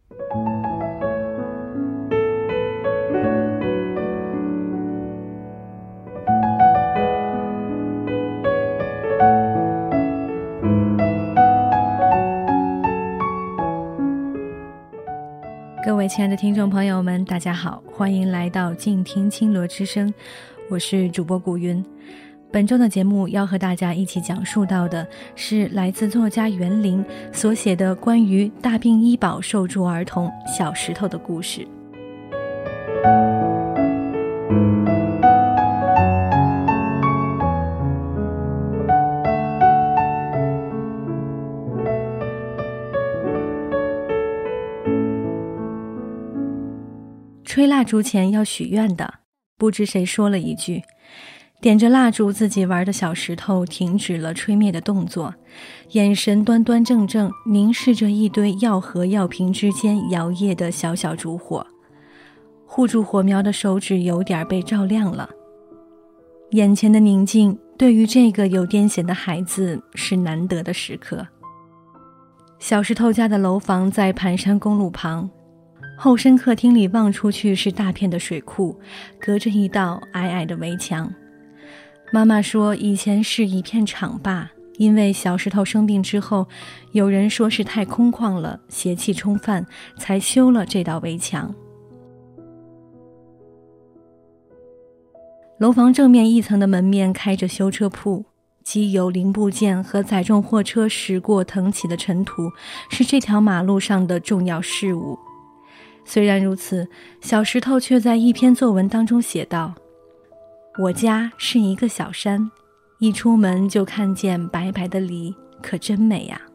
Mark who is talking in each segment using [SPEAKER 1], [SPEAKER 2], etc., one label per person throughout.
[SPEAKER 1] 各位亲爱的听众朋友们，大家好，欢迎来到静听青罗之声，我是主播古云。本周的节目要和大家一起讲述到的是来自作家袁林所写的关于大病医保受助儿童小石头的故事。吹蜡烛前要许愿的，不知谁说了一句，点着蜡烛自己玩的小石头停止了吹灭的动作，眼神端端正正凝视着一堆药盒药瓶之间摇曳的小小烛火，护住火苗的手指有点被照亮了。眼前的宁静对于这个有癫痫的孩子是难得的时刻。小石头家的楼房在盘山公路旁，后身客厅里望出去是大片的水库，隔着一道矮矮的围墙。妈妈说以前是一片场坝，因为小石头生病之后，有人说是太空旷了，邪气冲犯，才修了这道围墙。楼房正面一层的门面开着修车铺，机油零部件和载重货车驶过腾起的尘土，是这条马路上的重要事物。虽然如此，小石头却在一篇作文当中写道：我家是一个小山，一出门就看见白白的梨，可真美呀。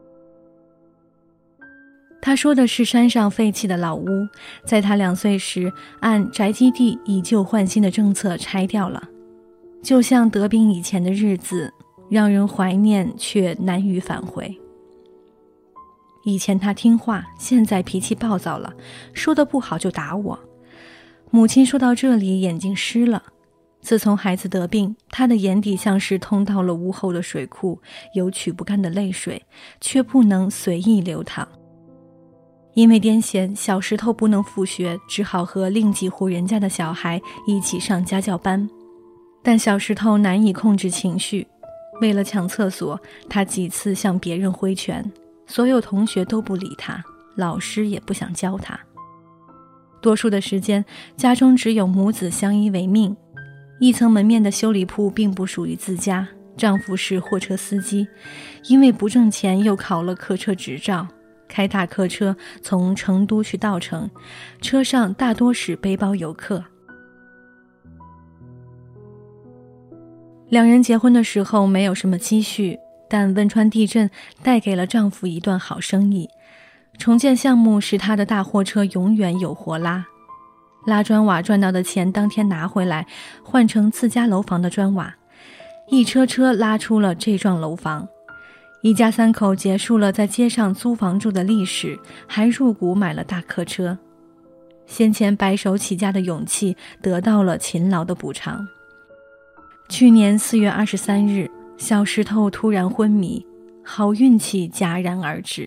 [SPEAKER 1] 他说的是山上废弃的老屋，在他2岁时按宅基地以旧换新的政策拆掉了，就像得病以前的日子，让人怀念却难于返回。以前他听话，现在脾气暴躁了，说得不好就打我。母亲说到这里眼睛湿了。自从孩子得病，他的眼底像是通到了屋后的水库，有取不干的泪水，却不能随意流淌。因为癫痫，小石头不能复学，只好和另几户人家的小孩一起上家教班。但小石头难以控制情绪，为了抢厕所，他几次向别人挥拳，所有同学都不理他，老师也不想教他。多数的时间，家中只有母子相依为命。一层门面的修理铺并不属于自家，丈夫是货车司机，因为不挣钱又考了客车执照，开大客车从成都去稻城，车上大多是背包游客。2人结婚的时候没有什么积蓄，但汶川地震带给了丈夫一段好生意，重建项目使他的大货车永远有活拉。拉砖瓦赚到的钱当天拿回来，换成自家楼房的砖瓦，一车车拉出了这幢楼房。一家3口结束了在街上租房住的历史，还入股买了大客车。先前白手起家的勇气得到了勤劳的补偿。去年4月23日，小石头突然昏迷，好运气戛然而止。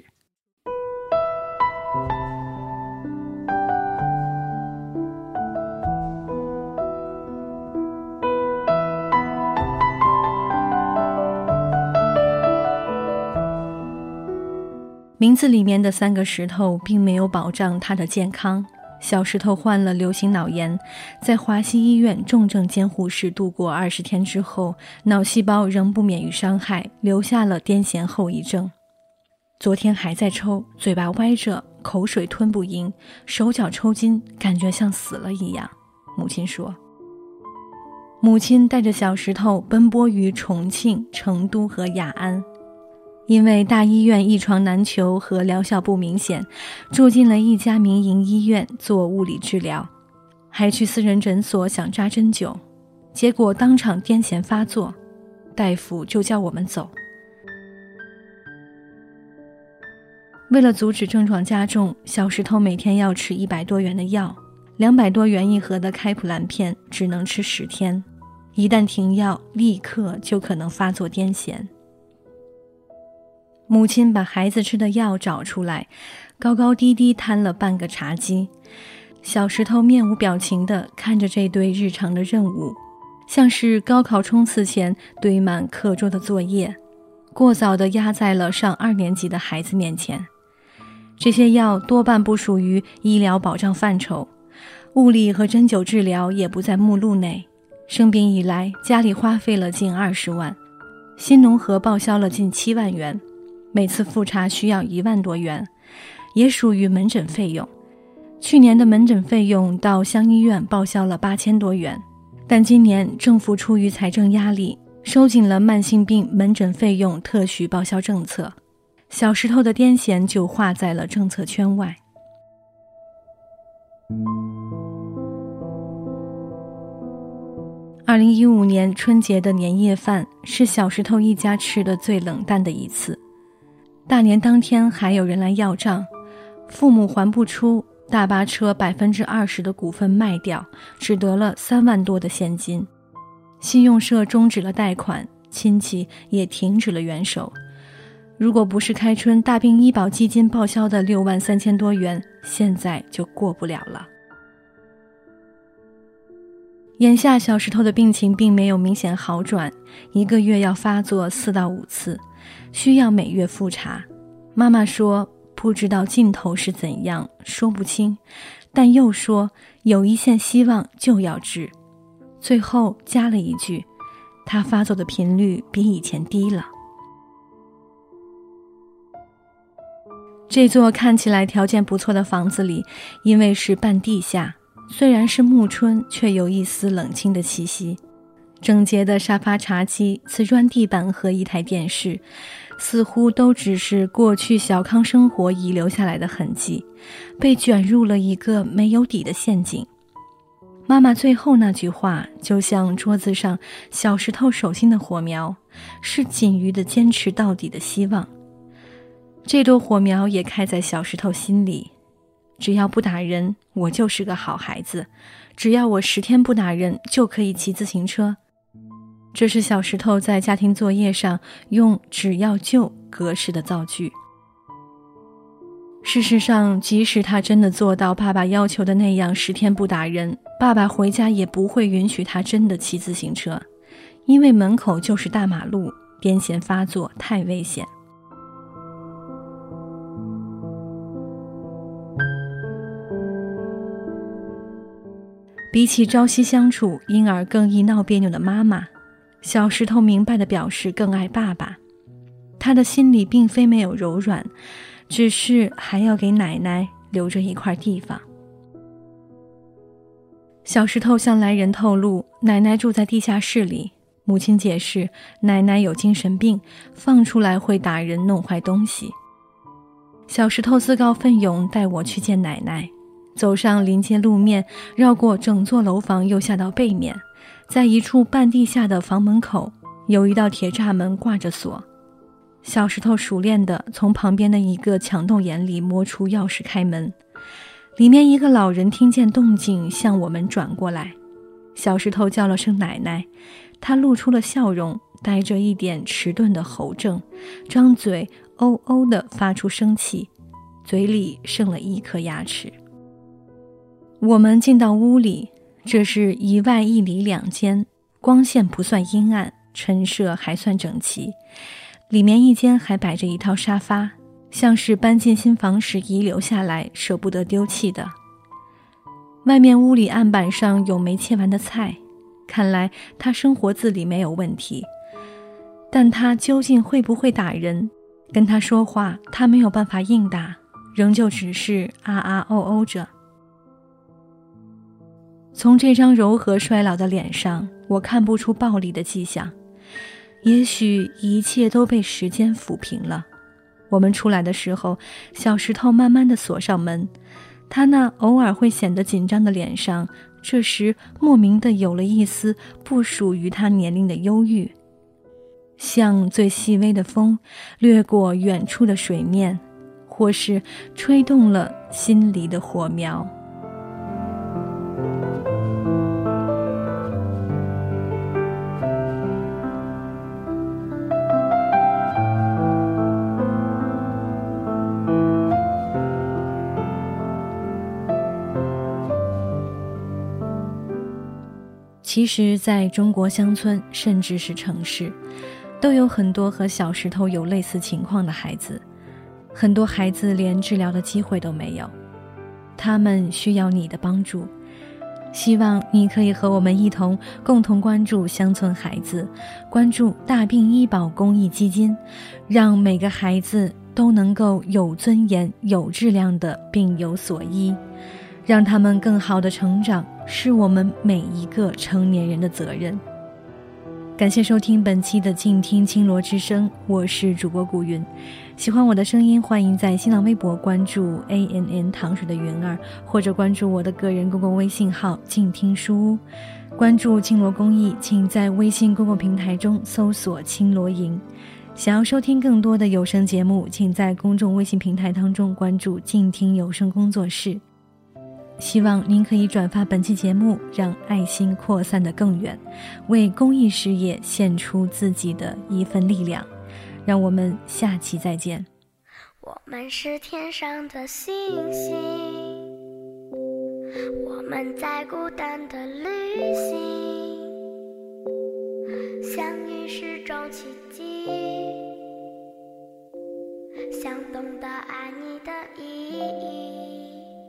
[SPEAKER 1] 名字里面的3个石头并没有保障他的健康。小石头患了流行脑炎，在华西医院重症监护室度过20天之后，脑细胞仍不免于伤害，留下了癫痫后遗症。昨天还在抽，嘴巴歪着，口水吞不赢，手脚抽筋，感觉像死了一样。母亲说，母亲带着小石头奔波于重庆、成都和雅安。因为大医院一床难求和疗效不明显，住进了一家民营医院做物理治疗，还去私人诊所想扎针灸，结果当场癫痫发作，大夫就叫我们走。为了阻止症状加重，小石头每天要吃100多元的药，200多元一盒的开普兰片只能吃10天，一旦停药，立刻就可能发作癫痫。 母亲把孩子吃的药找出来，高高低低摊了半个茶几。小石头面无表情地看着这堆日常的任务，像是高考冲刺前堆满课桌的作业，过早地压在了上2年级的孩子面前。这些药多半不属于医疗保障范畴，物理和针灸治疗也不在目录内。生病以来，家里花费了近20万，新农合报销了近7万元，每次复查需要1万多元，也属于门诊费用。去年的门诊费用到乡医院报销了8000多元，但今年政府出于财政压力，收紧了慢性病门诊费用特许报销政策，小石头的癫痫就画在了政策圈外。2015年春节的年夜饭是小石头一家吃的最冷淡的一次。大年当天还有人来要账，父母还不出，大巴车20%的股份卖掉，只得了3万多的现金。信用社终止了贷款，亲戚也停止了援手。如果不是开春大病医保基金报销的6万3千多元，现在就过不了了。眼下小石头的病情并没有明显好转，1个月要发作4到5次，需要每月复查。妈妈说不知道尽头是怎样，说不清，但又说有一线希望就要治。最后加了一句，他发作的频率比以前低了。这座看起来条件不错的房子里，因为是半地下，虽然是暮春，却有一丝冷清的气息。整洁的沙发茶几、瓷砖地板和一台电视，似乎都只是过去小康生活遗留下来的痕迹，被卷入了一个没有底的陷阱。妈妈最后那句话就像桌子上小石头手心的火苗，是仅余的坚持到底的希望。这朵火苗也开在小石头心里，只要不打人，我就是个好孩子，只要我10天不打人就可以骑自行车。这是小石头在家庭作业上用只要就格式的造句。事实上，即使他真的做到爸爸要求的那样10天不打人，爸爸回家也不会允许他真的骑自行车，因为门口就是大马路，癫痫发作太危险。比起朝夕相处，因而更易闹别扭的妈妈，小石头明白地表示更爱爸爸。他的心里并非没有柔软，只是还要给奶奶留着一块地方。小石头向来人透露，奶奶住在地下室里，母亲解释奶奶有精神病，放出来会打人弄坏东西。小石头自告奋勇带我去见奶奶，走上临街路面，绕过整座楼房，又下到背面，在一处半地下的房门口，有一道铁栅门挂着锁。小石头熟练地从旁边的一个墙洞眼里摸出钥匙开门，里面一个老人听见动静向我们转过来。小石头叫了声奶奶，他露出了笑容，带着一点迟钝的喉症，张嘴哦哦地发出声气，嘴里剩了1颗牙齿。我们进到屋里，这是1外1里2间，光线不算阴暗，陈设还算整齐。里面一间还摆着一套沙发，像是搬进新房时遗留下来，舍不得丢弃的。外面屋里案板上有没切完的菜，看来他生活自理没有问题。但他究竟会不会打人？跟他说话，他没有办法应答，仍旧只是啊啊哦哦着。从这张柔和衰老的脸上，我看不出暴力的迹象。也许一切都被时间抚平了。我们出来的时候，小石头慢慢地锁上门，他那偶尔会显得紧张的脸上，这时莫名地有了一丝不属于他年龄的忧郁，像最细微的风掠过远处的水面，或是吹动了心里的火苗。 其实在中国乡村甚至是城市，都有很多和小石头有类似情况的孩子，很多孩子连治疗的机会都没有，他们需要你的帮助。希望你可以和我们一同共同关注乡村孩子，关注大病医保公益基金，让每个孩子都能够有尊严、有质量的病有所医，让他们更好的成长，是我们每一个成年人的责任。感谢收听本期的静听青罗之声，我是主播古云。喜欢我的声音，欢迎在新浪微博关注 ANN 糖水的云儿，或者关注我的个人公共微信号静听书屋。关注青罗公益，请在微信公共平台中搜索青罗营。想要收听更多的有声节目，请在公众微信平台当中关注静听有声工作室。希望您可以转发本期节目，让爱心扩散得更远，为公益事业献出自己的一份力量。让我们下期再见。
[SPEAKER 2] 我们是天上的星星，我们在孤单的旅行，相遇是种奇迹，想懂得爱你的意义。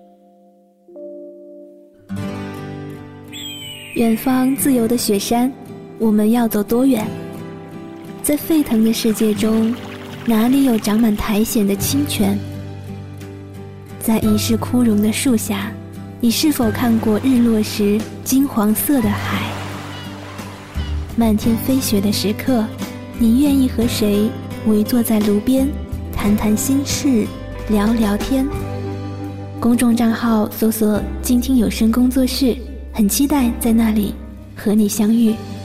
[SPEAKER 3] 远方自由的雪山，我们要走多远？在沸腾的世界中，哪里有长满苔藓的清泉？在一世枯荣的树下，你是否看过日落时金黄色的海？漫天飞雪的时刻，你愿意和谁围坐在炉边，谈谈心事，聊聊天？公众账号搜索静听有声工作室，很期待在那里和你相遇。